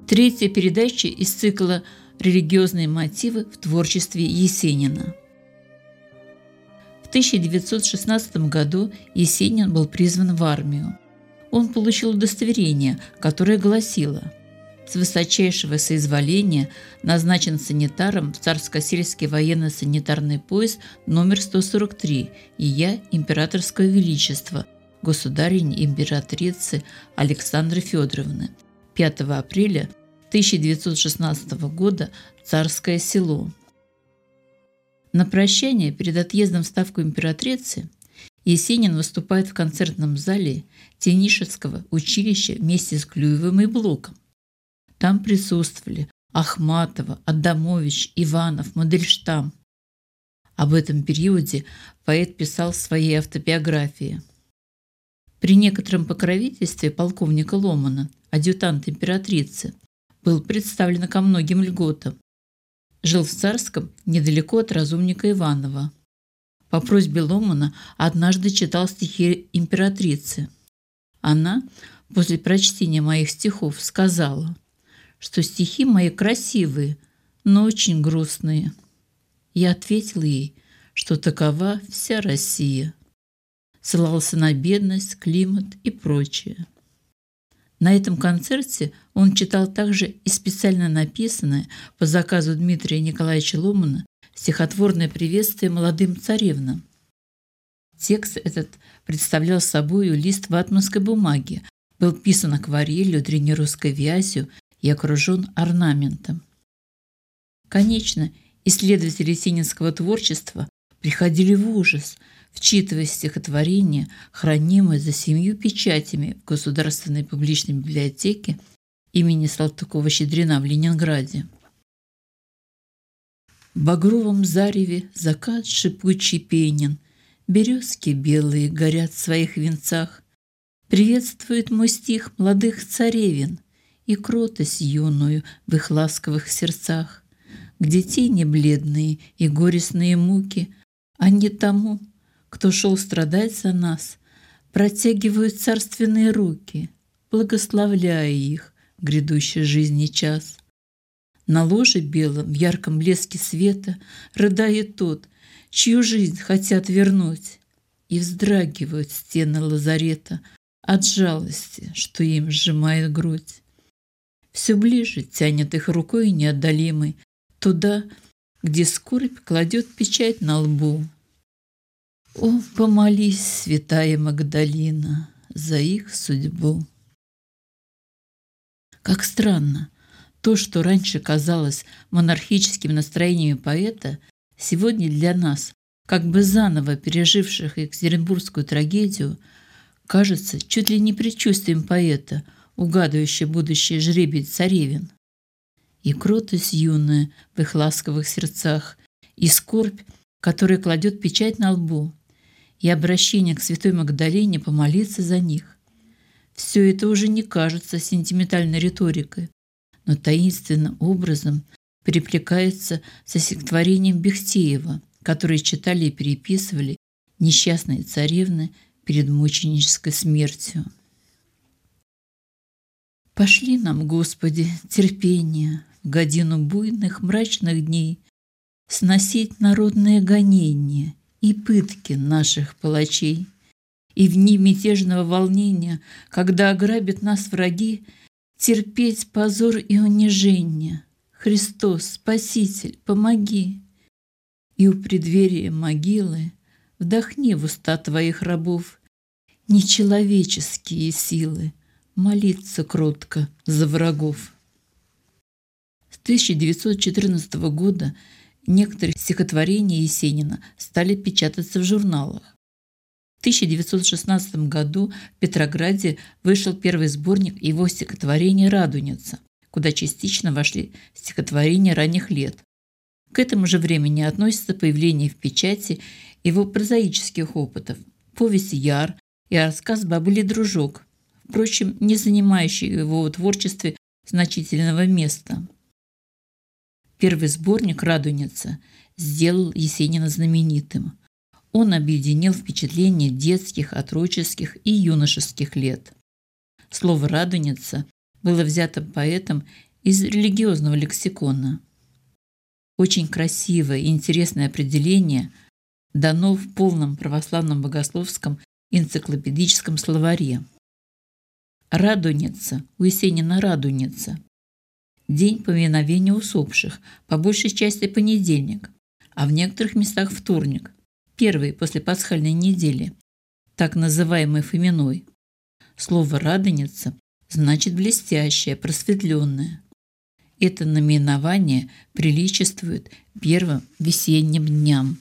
Третья передача из цикла «Религиозные мотивы в творчестве Есенина». В 1916 году Есенин был призван в армию. Он получил удостоверение, которое гласило: «С высочайшего соизволения назначен санитаром в Царско-сельский военно-санитарный поезд номер 143 и я императорского величества, государыни императрицы Александры Федоровны, 5 апреля 1916 года, Царское село». На прощание перед отъездом в ставку императрицы Есенин выступает в концертном зале Тенишевского училища вместе с Клюевым и Блоком. Там присутствовали Ахматова, Адамович, Иванов, Мандельштам. Об этом периоде поэт писал в своей автобиографии. При некотором покровительстве полковника Ломана, адъютанта императрицы, был представлен ко многим льготам. Жил в Царском, недалеко от разумника Иванова. По просьбе Ломана однажды читал стихи императрицы. Она после прочтения моих стихов сказала, что стихи мои красивые, но очень грустные. Я ответил ей, что такова вся Россия. Ссылался на бедность, климат и прочее. На этом концерте он читал также и специально написанное по заказу Дмитрия Николаевича Ломана стихотворное приветствие молодым царевнам. Текст этот представлял собой лист ватманской бумаги, был писан акварелью, древнерусской вязью и окружен орнаментом. Конечно, исследователи есенинского творчества приходили в ужас, вчитывая стихотворения, хранимые за 7 печатями в Государственной публичной библиотеке имени Салтыкова-Щедрина в Ленинграде. В багровом зареве закат шипучий пенен, березки белые горят в своих венцах. Приветствует мой стих молодых царевен и кротость юную в их ласковых сердцах, где тени бледные и горестные муки, а не тому, кто шел страдать за нас, протягивают царственные руки, благословляя их в грядущей жизни час. На ложе белом, в ярком блеске света, рыдает тот, чью жизнь хотят вернуть, и вздрагивают стены лазарета от жалости, что им сжимает грудь. Все ближе тянет их рукой неотдалимой туда, где скорбь кладет печать на лбу. О, помолись, святая Магдалина, за их судьбу. Как странно, то, что раньше казалось монархическими настроениями поэта, сегодня для нас, как бы заново переживших Екатеринбургскую трагедию, кажется чуть ли не предчувствием поэта, угадывающего будущее жребий царевен. И кротость юная в их ласковых сердцах, и скорбь, которая кладет печать на лбу, и обращение к святой Магдалине помолиться за них. Все это уже не кажется сентиментальной риторикой, но таинственным образом перекликается со стихотворением Бехтеева, которые читали и переписывали несчастные царевны перед мученической смертью. Пошли нам, Господи, терпение в годину буйных мрачных дней сносить народное гонение и пытки наших палачей. И в дни мятежного волнения, когда ограбят нас враги, терпеть позор и унижение. Христос, Спаситель, помоги. И у преддверия могилы вдохни в уста твоих рабов нечеловеческие силы молиться кротко за врагов. С 1914 года некоторые стихотворения Есенина стали печататься в журналах. В 1916 году в Петрограде вышел первый сборник его стихотворений «Радуница», куда частично вошли стихотворения ранних лет. К этому же времени относится появление в печати его прозаических опытов, повесть «Яр» и рассказ «Бабуле дружок», впрочем, не занимающий в его творчестве значительного места. Первый сборник «Радуница» сделал Есенина знаменитым. Он объединил впечатления детских, отроческих и юношеских лет. Слово «радуница» было взято поэтом из религиозного лексикона. Очень красивое и интересное определение дано в полном православном богословском энциклопедическом словаре. Радуница, у Есенина Радуница. День поминовения усопших, по большей части понедельник, а в некоторых местах вторник, первый после пасхальной недели, так называемый Фоминой. Слово «радоница» значит блестящее, просветленное. Это наименование приличествует первым весенним дням.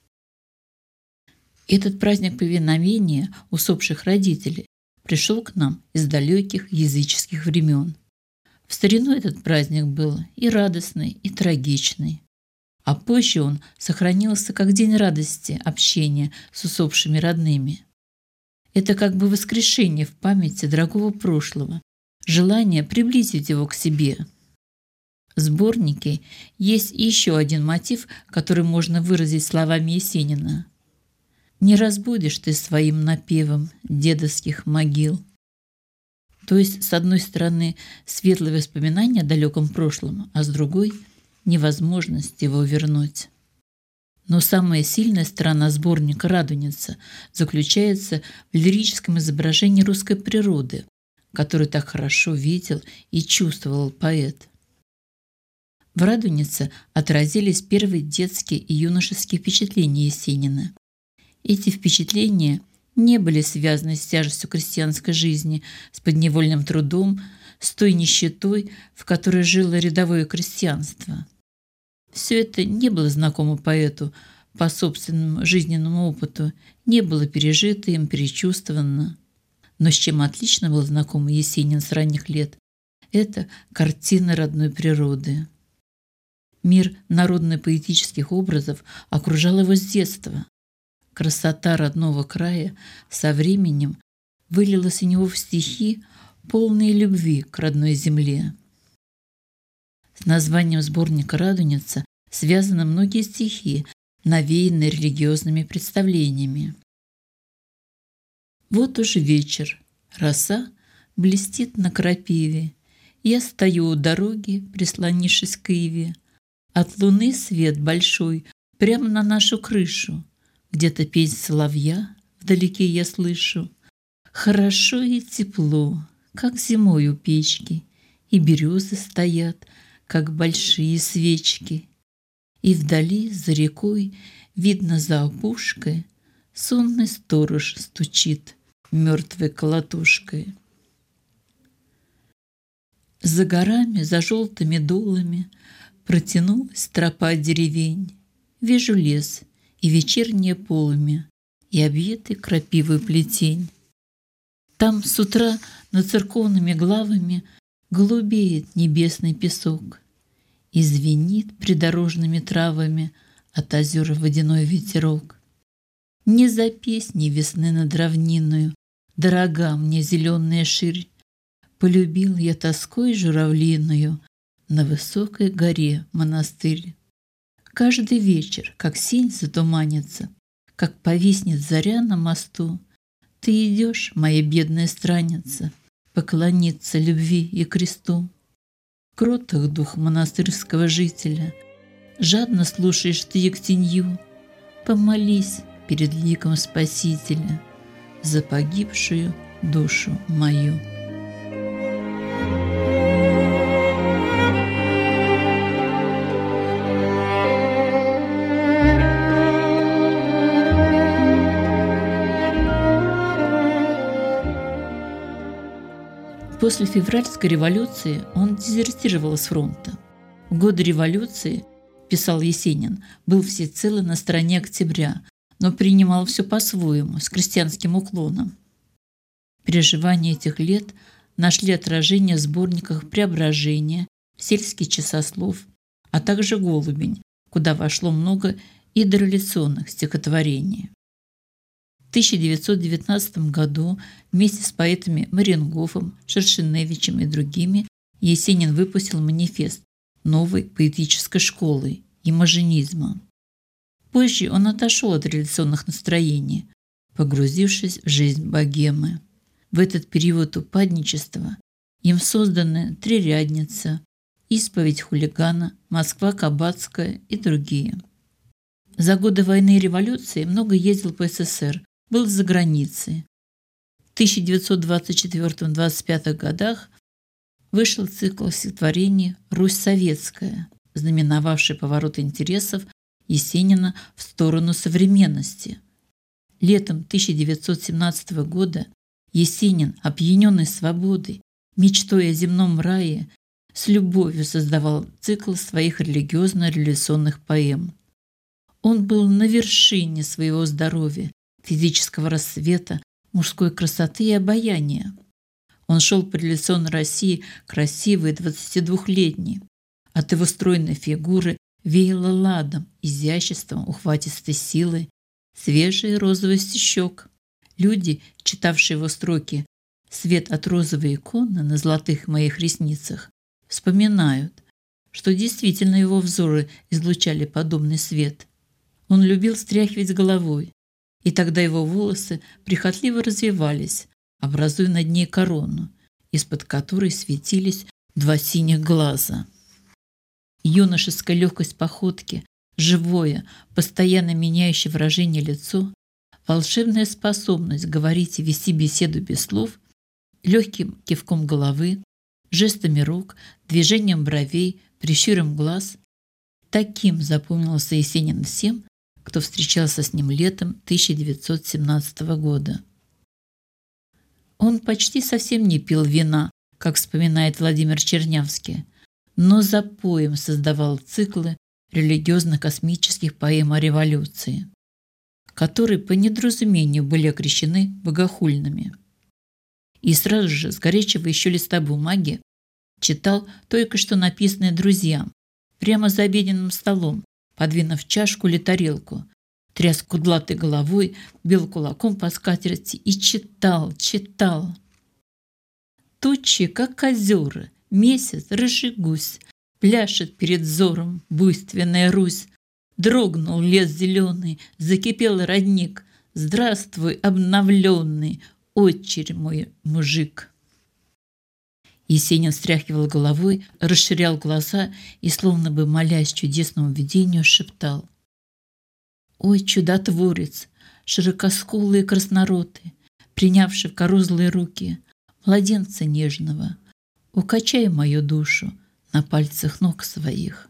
Этот праздник повиновения усопших родителей пришел к нам из далеких языческих времен. В старину этот праздник был и радостный, и трагичный. А позже он сохранился как день радости общения с усопшими родными. Это как бы воскрешение в памяти дорогого прошлого, желание приблизить его к себе. В сборнике есть еще один мотив, который можно выразить словами Есенина. «Не разбудишь ты своим напевом дедовских могил». То есть, с одной стороны, светлые воспоминания о далеком прошлом, а с другой – невозможность его вернуть. Но самая сильная сторона сборника «Радуница» заключается в лирическом изображении русской природы, которую так хорошо видел и чувствовал поэт. В «Радунице» отразились первые детские и юношеские впечатления Есенина. Эти впечатления не были связаны с тяжестью крестьянской жизни, с подневольным трудом, с той нищетой, в которой жило рядовое крестьянство. Все это не было знакомо поэту по собственному жизненному опыту, не было пережито им, перечувствовано. Но с чем отлично был знаком Есенин с ранних лет – это картины родной природы. Мир народно-поэтических образов окружал его с детства. Красота родного края со временем вылилась у него в стихи, полные любви к родной земле. С названием сборника «Радуница» связаны многие стихи, навеянные религиозными представлениями. Вот уже вечер, роса блестит на крапиве. Я стою у дороги, прислонившись к иве. От луны свет большой прямо на нашу крышу. Где-то песнь соловья вдалеке я слышу. Хорошо и тепло, как зимой у печки, и березы стоят, как большие свечки. И вдали за рекой, видно за опушкой, сонный сторож стучит мертвой колотушкой. За горами, за желтыми дулами протянулась тропа деревень. Вижу лес и вечернее полымя, и объятый крапивой плетень. Там с утра над церковными главами голубеет небесный песок и звенит придорожными травами от озер водяной ветерок. Не за песни весны над равниною дорога мне зеленая ширь, полюбил я тоской журавлиною на высокой горе монастырь. Каждый вечер, как синь затуманится, как повиснет заря на мосту, ты идешь, моя бедная странница, поклониться любви и кресту. Кроток дух монастырского жителя, жадно слушаешь ты ектенью, помолись перед ликом Спасителя за погибшую душу мою. После февральской революции он дезертировал с фронта. В годы революции, писал Есенин, был всецело на стороне октября, но принимал все по-своему, с крестьянским уклоном. Переживания этих лет нашли отражение в сборниках «Преображение», «Сельский часослов», а также «Голубень», куда вошло много и дореволюционных стихотворений. В 1919 году вместе с поэтами Маренгофом, Шершеневичем и другими Есенин выпустил манифест новой поэтической школы – имажинизма. Позже он отошел от революционных настроений, погрузившись в жизнь богемы. В этот период упадничества им созданы «Трирядница», «Исповедь хулигана», «Москва Кабацкая» и другие. За годы войны и революции много ездил по СССР, был за границей. В 1924-25 годах вышел цикл стихотворений «Русь советская», знаменовавший поворот интересов Есенина в сторону современности. Летом 1917 года Есенин, опьяненный свободой, мечтой о земном рае, с любовью создавал цикл своих религиозно-революционных поэм. Он был на вершине своего здоровья, физического расцвета, мужской красоты и обаяния. Он шел по революционной России красивый, 22-летний. От его стройной фигуры веяло ладом, изяществом, ухватистой силой, свежей розовый стишок. Люди, читавшие его строки «Свет от розовой иконы на золотых моих ресницах», вспоминают, что действительно его взоры излучали подобный свет. Он любил стряхивать головой, и тогда его волосы прихотливо развивались, образуя над ней корону, из-под которой светились два синих глаза. Юношеская легкость походки, живое, постоянно меняющее выражение лицо, волшебная способность говорить и вести беседу без слов, легким кивком головы, жестами рук, движением бровей, прищуром глаз. Таким запомнился Есенин всем, кто встречался с ним летом 1917 года. Он почти совсем не пил вина, как вспоминает Владимир Чернявский, но запоем создавал циклы религиозно-космических поэм о революции, которые по недоразумению были окрещены богохульными. И сразу же с горячего еще листа бумаги читал только что написанное друзьям, прямо за обеденным столом, подвинув чашку или тарелку, тряс кудлатой головой, бил кулаком по скатерти и читал. Тучи, как озера, месяц, рыжий гусь, пляшет перед взором буйственная Русь. Дрогнул лес зеленый, закипел родник. Здравствуй, обновленный, отчерь мой мужик. Есенин встряхивал головой, расширял глаза и, словно бы молясь чудесному видению, шептал: «Ой, чудотворец, широкоскулый и красноротый, принявший в корузлые руки младенца нежного, укачай мою душу на пальцах ног своих».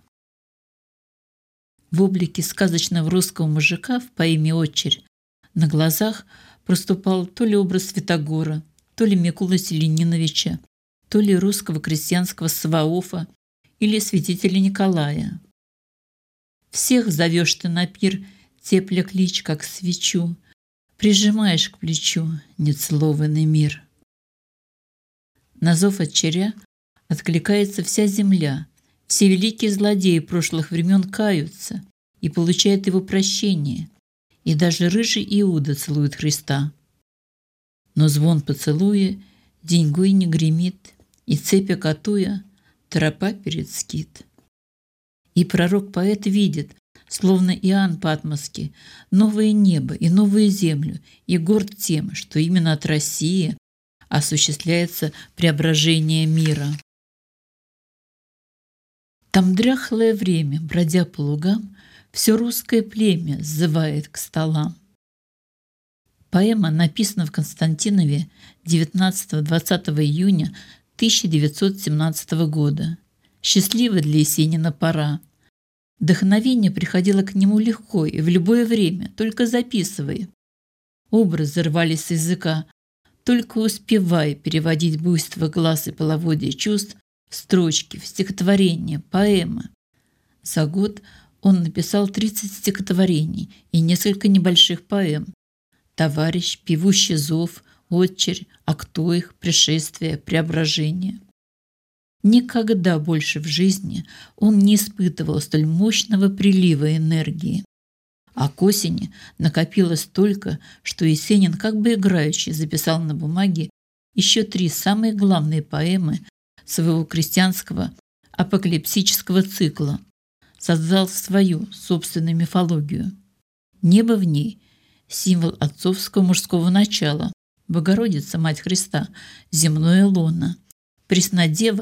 В облике сказочного русского мужика в поэме «Отчерь» на глазах проступал то ли образ Святогора, то ли Микулы Селениновича, то ли русского крестьянского Саваофа или святителя Николая. Всех зовешь ты на пир, тепля клич, как свечу, прижимаешь к плечу нецелованный мир. На зов отчеря откликается вся земля, все великие злодеи прошлых времен каются и получают его прощение, и даже рыжий Иуда целует Христа. Но звон поцелуя деньгой не гремит, и цепь окатуя тропа перед скит. И пророк-поэт видит, словно Иоанн Патмосский, новое небо и новую землю, и горд тем, что именно от России осуществляется преображение мира. Там дряхлое время, бродя по лугам, все русское племя сзывает к столам. Поэма написана в Константинове 19-20 июня 1917 года. Счастливая для Есенина пора. Вдохновение приходило к нему легко и в любое время, только записывая. Образы рвались с языка, только успевая переводить буйство глаз и половодье чувств в строчки, в стихотворения, поэмы. За год он написал 30 стихотворений и несколько небольших поэм: «Товарищ», «Певущий зов», «Отчерь», «А кто их?», «Пришествие», «Преображение». Никогда больше в жизни он не испытывал столь мощного прилива энергии. А к осени накопилось столько, что Есенин как бы играючи записал на бумаге еще 3 самые главные поэмы своего крестьянского апокалипсического цикла, создал свою собственную мифологию. Небо в ней – символ отцовского мужского начала, Богородица, Мать Христа, земное лоно, Преснодева –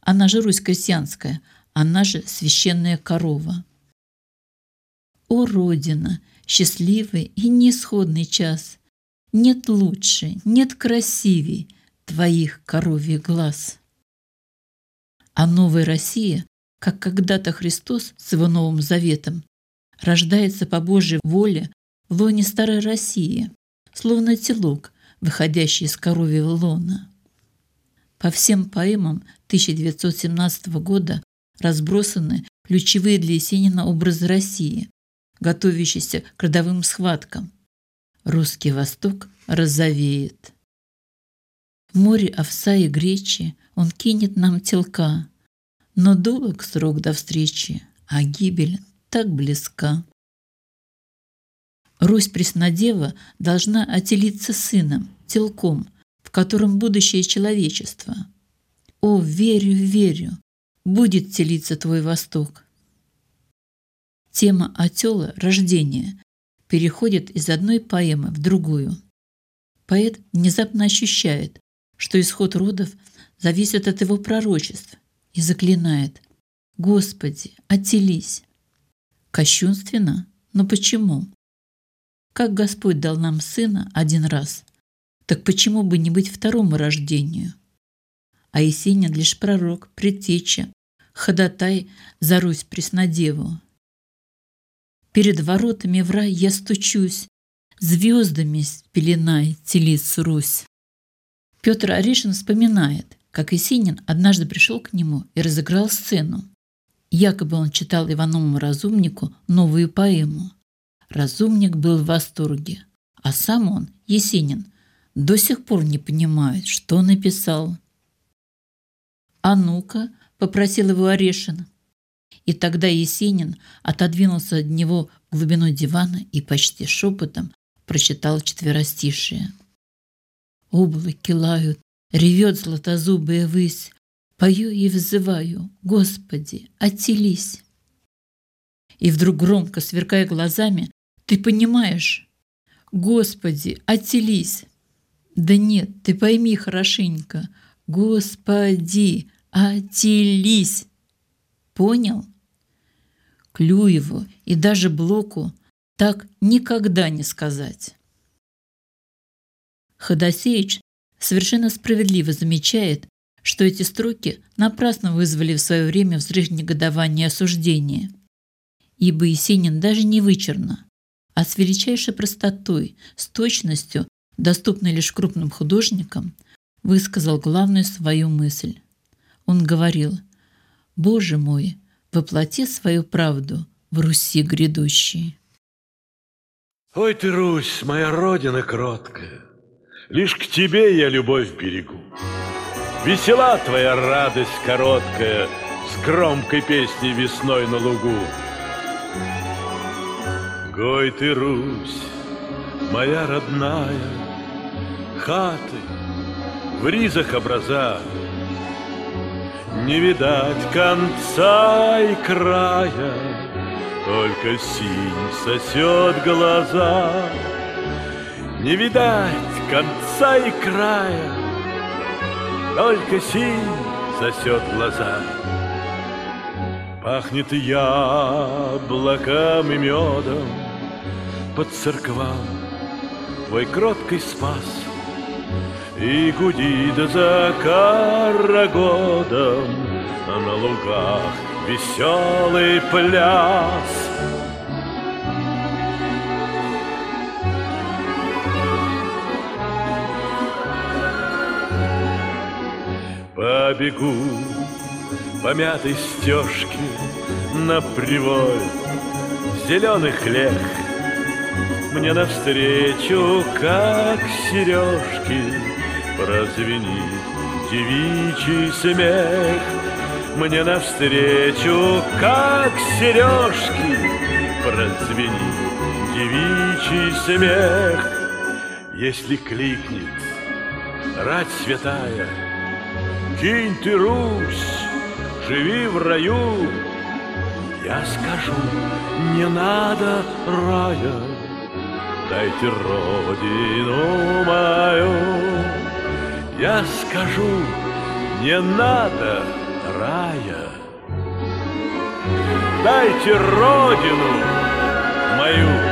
она же Русь крестьянская, она же священная корова. О, Родина, счастливый и неисходный час! Нет лучше, нет красивей твоих коровьих глаз. А новая Россия, как когда-то Христос с его Новым Заветом, рождается по Божьей воле в лоне старой России, словно телок, выходящий из коровьего лона. По всем поэмам 1917 года разбросаны ключевые для Есенина образы России, готовящейся к родовым схваткам. Русский Восток розовеет. В море овса и гречи он кинет нам телка, но долг срок до встречи, а гибель так близка. Русь Преснодева должна отелиться сыном, телком, в котором будущее человечества. О, верю, верю, будет телиться твой Восток. Тема отела рождения переходит из одной поэмы в другую. Поэт внезапно ощущает, что исход родов зависит от его пророчеств, и заклинает: «Господи, отелись!» Кощунственно? Но почему? Как Господь дал нам сына один раз, так почему бы не быть второму рождению? А Есенин лишь пророк, предтеча, ходатай за Русь Преснодеву. Перед воротами в рай я стучусь, звездами пеленай телится Русь. Петр Орешин вспоминает, как Есенин однажды пришел к нему и разыграл сцену. Якобы он читал Иванову разумнику новую поэму. Разумник был в восторге, а сам он, Есенин, до сих пор не понимает, что написал. «А ну-ка», — попросил его Орешин. И тогда Есенин отодвинулся от него в глубину дивана и почти шепотом прочитал четверостишие. «Облаки лают, ревет златозубая высь, пою и взываю: Господи, отелись!» И вдруг громко, сверкая глазами: «Ты понимаешь? Господи, отелись!» «Да нет, ты пойми хорошенько: Господи, отелись!» Понял? Клюеву и даже Блоку так никогда не сказать. Ходосевич совершенно справедливо замечает, что эти строки напрасно вызвали в свое время взрыв негодования и осуждения, ибо Есенин даже не вычурно, а с величайшей простотой, с точностью, доступной лишь крупным художникам, высказал главную свою мысль. Он говорил: «Боже мой, воплоти свою правду в Руси грядущей». Ой ты, Русь, моя родина кроткая, лишь к тебе я любовь берегу. Весела твоя радость короткая с громкой песней весной на лугу. Гой ты, Русь, моя родная, хаты в ризах образа, не видать конца и края, только синь сосет глаза. Не видать конца и края, только синь сосет глаза. Пахнет яблоком и медом под церквам твой кроткий спас, и гудит за карагодом на лугах веселый пляс. Побегу по мятой стежке на приволь зеленых лег, мне навстречу, как сережки, прозвенит девичий смех. Мне навстречу, как сережки, прозвенит девичий смех. Если кликнет рать святая: «Кинь ты, Русь, живи в раю», я скажу: не надо рая, дайте родину мою. Я скажу: не надо отдайте родину мою.